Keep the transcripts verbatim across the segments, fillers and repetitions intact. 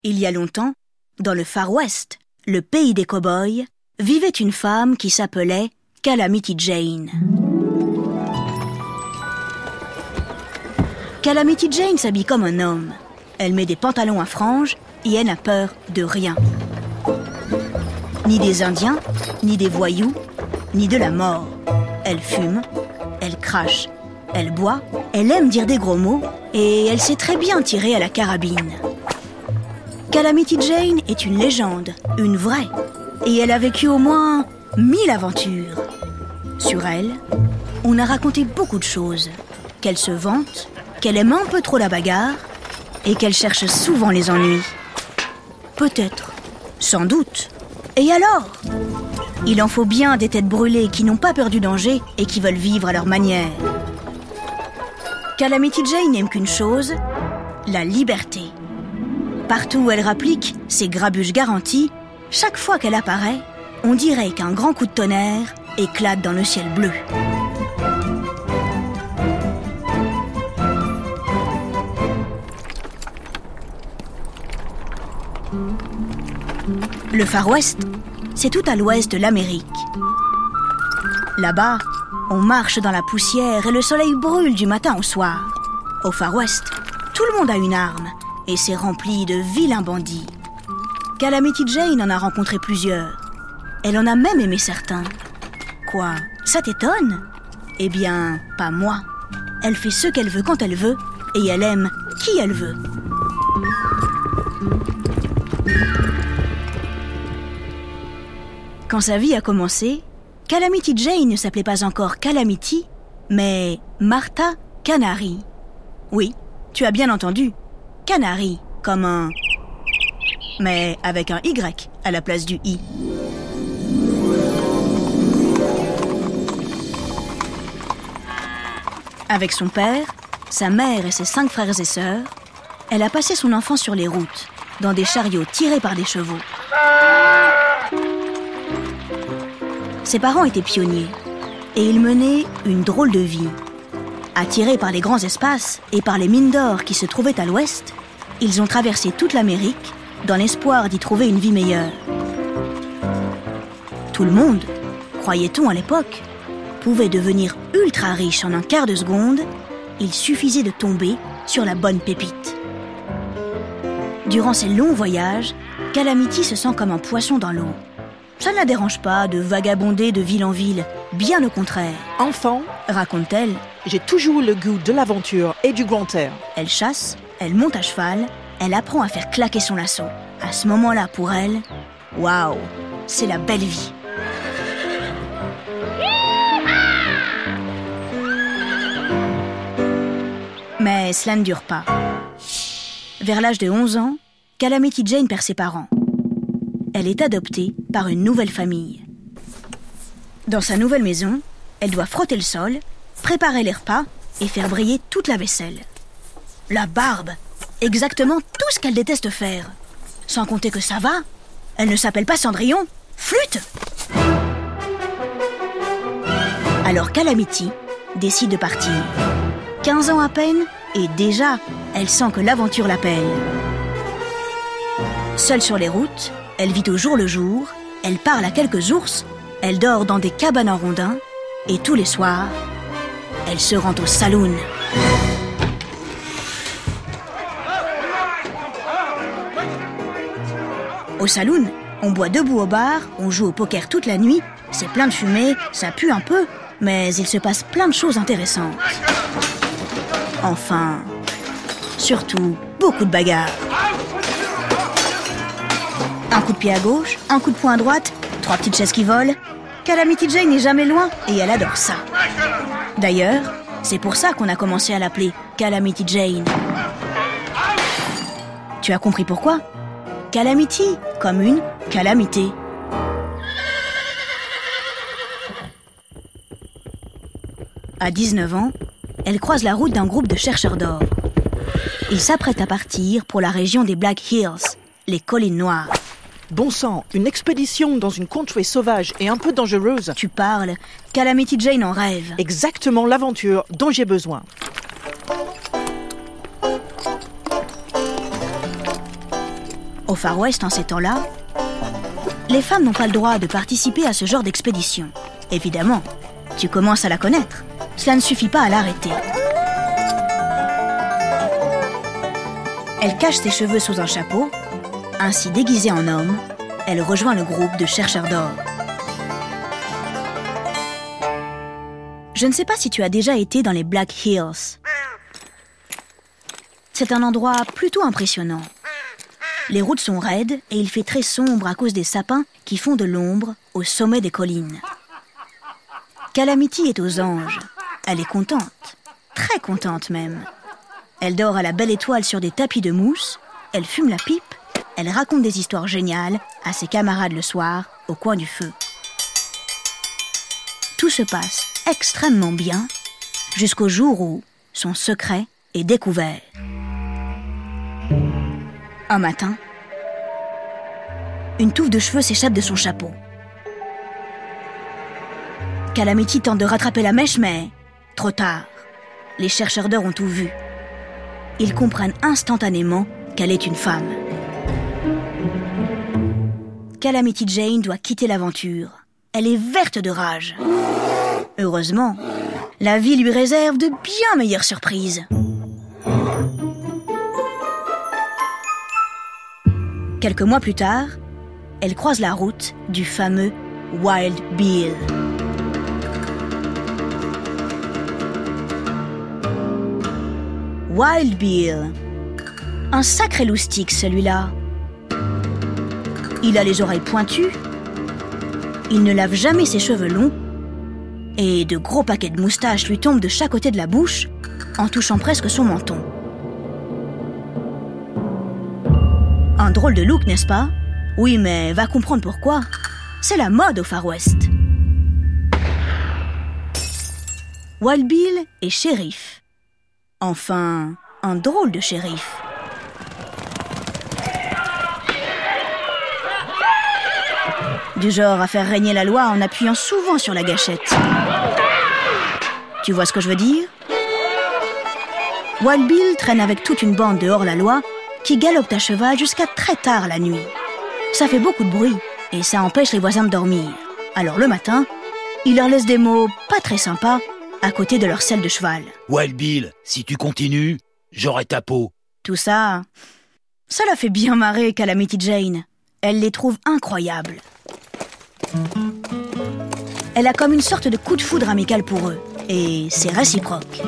Il y a longtemps, dans le Far West, le pays des cow-boys, vivait une femme qui s'appelait Calamity Jane. Calamity Jane s'habille comme un homme. Elle met des pantalons à franges et elle n'a peur de rien. Ni des Indiens, ni des voyous, ni de la mort. Elle fume, elle crache, elle boit, elle aime dire des gros mots et elle sait très bien tirer à la carabine. Calamity Jane est une légende, une vraie, et elle a vécu au moins mille aventures. Sur elle, on a raconté beaucoup de choses, qu'elle se vante, qu'elle aime un peu trop la bagarre et qu'elle cherche souvent les ennuis. Peut-être, sans doute. Et alors ? Il en faut bien des têtes brûlées qui n'ont pas peur du danger et qui veulent vivre à leur manière. Calamity Jane n'aime qu'une chose, la liberté. Partout où elle rapplique ses grabuges garantis, chaque fois qu'elle apparaît, on dirait qu'un grand coup de tonnerre éclate dans le ciel bleu. Le Far West, c'est tout à l'ouest de l'Amérique. Là-bas, on marche dans la poussière et le soleil brûle du matin au soir. Au Far West, tout le monde a une arme et c'est rempli de vilains bandits. Calamity Jane en a rencontré plusieurs. Elle en a même aimé certains. Quoi, ça t'étonne ? Eh bien, pas moi. Elle fait ce qu'elle veut quand elle veut et elle aime qui elle veut. Quand sa vie a commencé, Calamity Jane ne s'appelait pas encore Calamity, mais Martha Canary. Oui, tu as bien entendu. Canary, comme un... mais avec un Y à la place du I. Avec son père, sa mère et ses cinq frères et sœurs, elle a passé son enfance sur les routes, dans des chariots tirés par des chevaux. Ses parents étaient pionniers et ils menaient une drôle de vie. Attirés par les grands espaces et par les mines d'or qui se trouvaient à l'ouest, ils ont traversé toute l'Amérique dans l'espoir d'y trouver une vie meilleure. Tout le monde, croyait-on à l'époque, pouvait devenir ultra riche en un quart de seconde, il suffisait de tomber sur la bonne pépite. Durant ces longs voyages, Calamity se sent comme un poisson dans l'eau. Ça ne la dérange pas de vagabonder de ville en ville, bien au contraire. Enfant, raconte-t-elle, j'ai toujours le goût de l'aventure et du grand air. Elle chasse, elle monte à cheval, elle apprend à faire claquer son lasso. À ce moment-là, pour elle, waouh, c'est la belle vie. Mais cela ne dure pas. Vers l'âge de onze ans, Calamity Jane perd ses parents. Elle est adoptée par une nouvelle famille. Dans sa nouvelle maison, elle doit frotter le sol, préparer les repas et faire briller toute la vaisselle. La barbe, exactement tout ce qu'elle déteste faire. Sans compter que ça va, elle ne s'appelle pas Cendrillon, Flûte. Alors Calamity décide de partir. quinze ans à peine, et déjà, elle sent que l'aventure l'appelle. Seule sur les routes, elle vit au jour le jour, elle parle à quelques ours, elle dort dans des cabanes en rondins, et tous les soirs, elle se rend au saloon. Au saloon, on boit debout au bar, on joue au poker toute la nuit, c'est plein de fumée, ça pue un peu, mais il se passe plein de choses intéressantes. Enfin, surtout, beaucoup de bagarres. Un coup de pied à gauche, un coup de poing à droite, trois petites chaises qui volent. Calamity Jane n'est jamais loin et elle adore ça. D'ailleurs, c'est pour ça qu'on a commencé à l'appeler Calamity Jane. Tu as compris pourquoi ? Calamity, comme une calamité. À dix-neuf ans, elle croise la route d'un groupe de chercheurs d'or. Ils s'apprêtent à partir pour la région des Black Hills, les collines noires. Bon sang, une expédition dans une contrée sauvage et un peu dangereuse. Tu parles, Calamity Jane en rêve. Exactement l'aventure dont j'ai besoin. Au Far West, en ces temps-là, les femmes n'ont pas le droit de participer à ce genre d'expédition. Évidemment, tu commences à la connaître. Cela ne suffit pas à l'arrêter. Elle cache ses cheveux sous un chapeau. Ainsi déguisée en homme, elle rejoint le groupe de chercheurs d'or. Je ne sais pas si tu as déjà été dans les Black Hills. C'est un endroit plutôt impressionnant. Les routes sont raides et il fait très sombre à cause des sapins qui font de l'ombre au sommet des collines. Calamity est aux anges. Elle est contente, très contente même. Elle dort à la belle étoile sur des tapis de mousse, elle fume la pipe, elle raconte des histoires géniales à ses camarades le soir au coin du feu. Tout se passe extrêmement bien jusqu'au jour où son secret est découvert. Un matin, une touffe de cheveux s'échappe de son chapeau. Calamity tente de rattraper la mèche, mais trop tard. Les chercheurs d'or ont tout vu. Ils comprennent instantanément qu'elle est une femme. Calamity Jane doit quitter l'aventure. Elle est verte de rage. Heureusement, la vie lui réserve de bien meilleures surprises. Quelques mois plus tard, elle croise la route du fameux Wild Bill. Wild Bill. Un sacré loustique, celui-là. Il a les oreilles pointues, il ne lave jamais ses cheveux longs, et de gros paquets de moustaches lui tombent de chaque côté de la bouche, en touchant presque son menton. Un drôle de look, n'est-ce pas? Oui, mais va comprendre pourquoi. C'est la mode au Far West. Wild Bill est shérif. Enfin, un drôle de shérif. Du genre à faire régner la loi en appuyant souvent sur la gâchette. Tu vois ce que je veux dire? Wild Bill traîne avec toute une bande de hors-la-loi qui galopent à cheval jusqu'à très tard la nuit. Ça fait beaucoup de bruit et ça empêche les voisins de dormir. Alors le matin, il leur laisse des mots pas très sympas à côté de leur selle de cheval. Wild Bill, si tu continues, j'aurai ta peau. Tout ça, ça la fait bien marrer Calamity Jane. Elle les trouve incroyables. Elle a comme une sorte de coup de foudre amical pour eux, et c'est réciproque.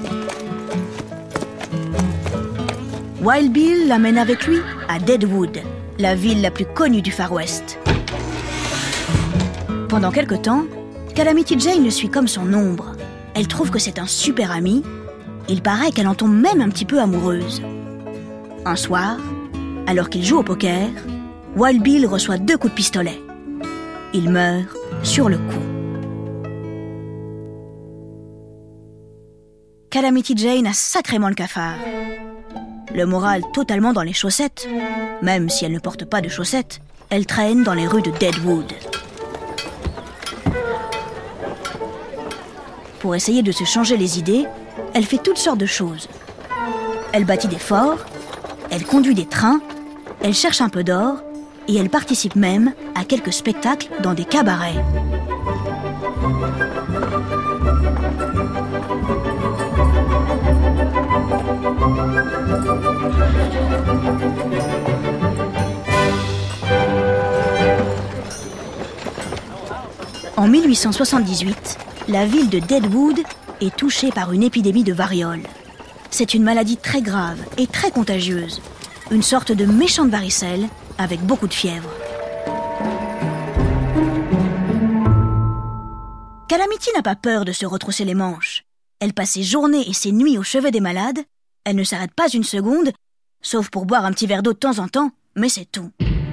Wild Bill l'amène avec lui à Deadwood, la ville la plus connue du Far West. Pendant quelque temps, Calamity Jane le suit comme son ombre. Elle trouve que c'est un super ami. Il paraît qu'elle en tombe même un petit peu amoureuse. Un soir, alors qu'il joue au poker, Wild Bill reçoit deux coups de pistolet. Il meurt sur le coup. Calamity Jane a sacrément le cafard. Le moral totalement dans les chaussettes. Même si elle ne porte pas de chaussettes, elle traîne dans les rues de Deadwood. Pour essayer de se changer les idées, elle fait toutes sortes de choses. Elle bâtit des forts, elle conduit des trains, elle cherche un peu d'or, et elle participe même à quelques spectacles dans des cabarets. En mille huit cent soixante-dix-huit, la ville de Deadwood est touchée par une épidémie de variole. C'est une maladie très grave et très contagieuse, une sorte de méchante varicelle avec beaucoup de fièvre. Calamity n'a pas peur de se retrousser les manches. Elle passe ses journées et ses nuits au chevet des malades. Elle ne s'arrête pas une seconde, sauf pour boire un petit verre d'eau de temps en temps, mais c'est tout.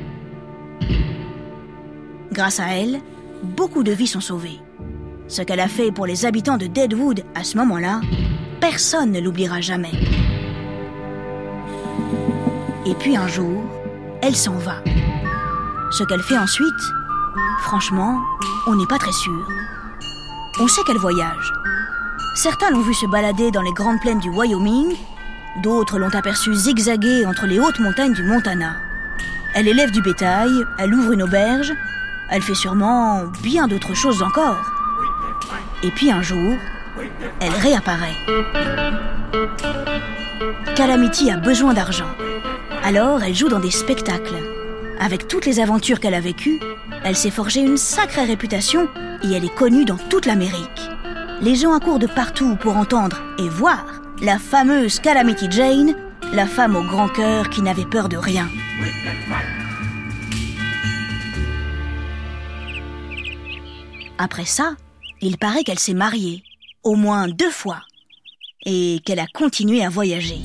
Grâce à elle, beaucoup de vies sont sauvées. Ce qu'elle a fait pour les habitants de Deadwood à ce moment-là, personne ne l'oubliera jamais. Et puis un jour, elle s'en va. Ce qu'elle fait ensuite, franchement, on n'est pas très sûr. On sait qu'elle voyage. Certains l'ont vue se balader dans les grandes plaines du Wyoming, d'autres l'ont aperçue zigzaguer entre les hautes montagnes du Montana. Elle élève du bétail, elle ouvre une auberge, elle fait sûrement bien d'autres choses encore. Et puis un jour, elle réapparaît. Calamity a besoin d'argent. Alors elle joue dans des spectacles. Avec toutes les aventures qu'elle a vécues, elle s'est forgée une sacrée réputation et elle est connue dans toute l'Amérique. Les gens accourent de partout pour entendre et voir la fameuse Calamity Jane, la femme au grand cœur qui n'avait peur de rien. Après ça, il paraît qu'elle s'est mariée, au moins deux fois, et qu'elle a continué à voyager.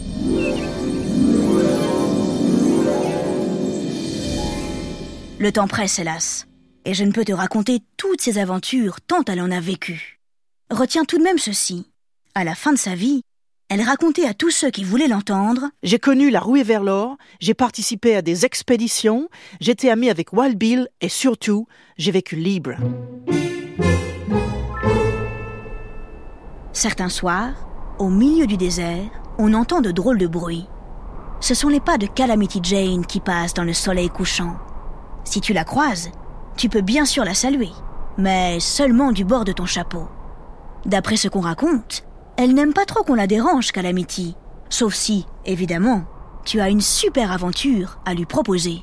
Le temps presse, hélas, et je ne peux te raconter toutes ses aventures tant elle en a vécu. Retiens tout de même ceci. À la fin de sa vie, elle racontait à tous ceux qui voulaient l'entendre. J'ai connu la ruée vers l'or, j'ai participé à des expéditions, j'étais amie avec Wild Bill et surtout, j'ai vécu libre. Certains soirs, au milieu du désert, on entend de drôles de bruits. Ce sont les pas de Calamity Jane qui passent dans le soleil couchant. Si tu la croises, tu peux bien sûr la saluer, mais seulement du bord de ton chapeau. D'après ce qu'on raconte, elle n'aime pas trop qu'on la dérange, Calamity, sauf si, évidemment, tu as une super aventure à lui proposer.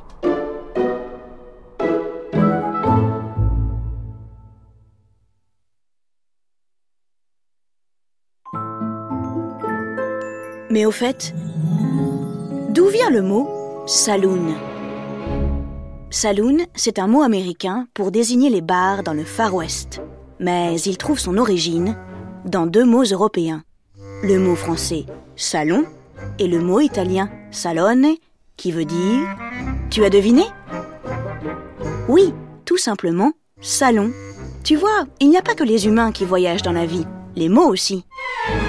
Mais au fait, d'où vient le mot « saloon » ? Saloon, c'est un mot américain pour désigner les bars dans le Far West. Mais il trouve son origine dans deux mots européens. Le mot français « salon » et le mot italien « salone » qui veut dire... Tu as deviné ? Oui, tout simplement « salon ». Tu vois, il n'y a pas que les humains qui voyagent dans la vie, les mots aussi.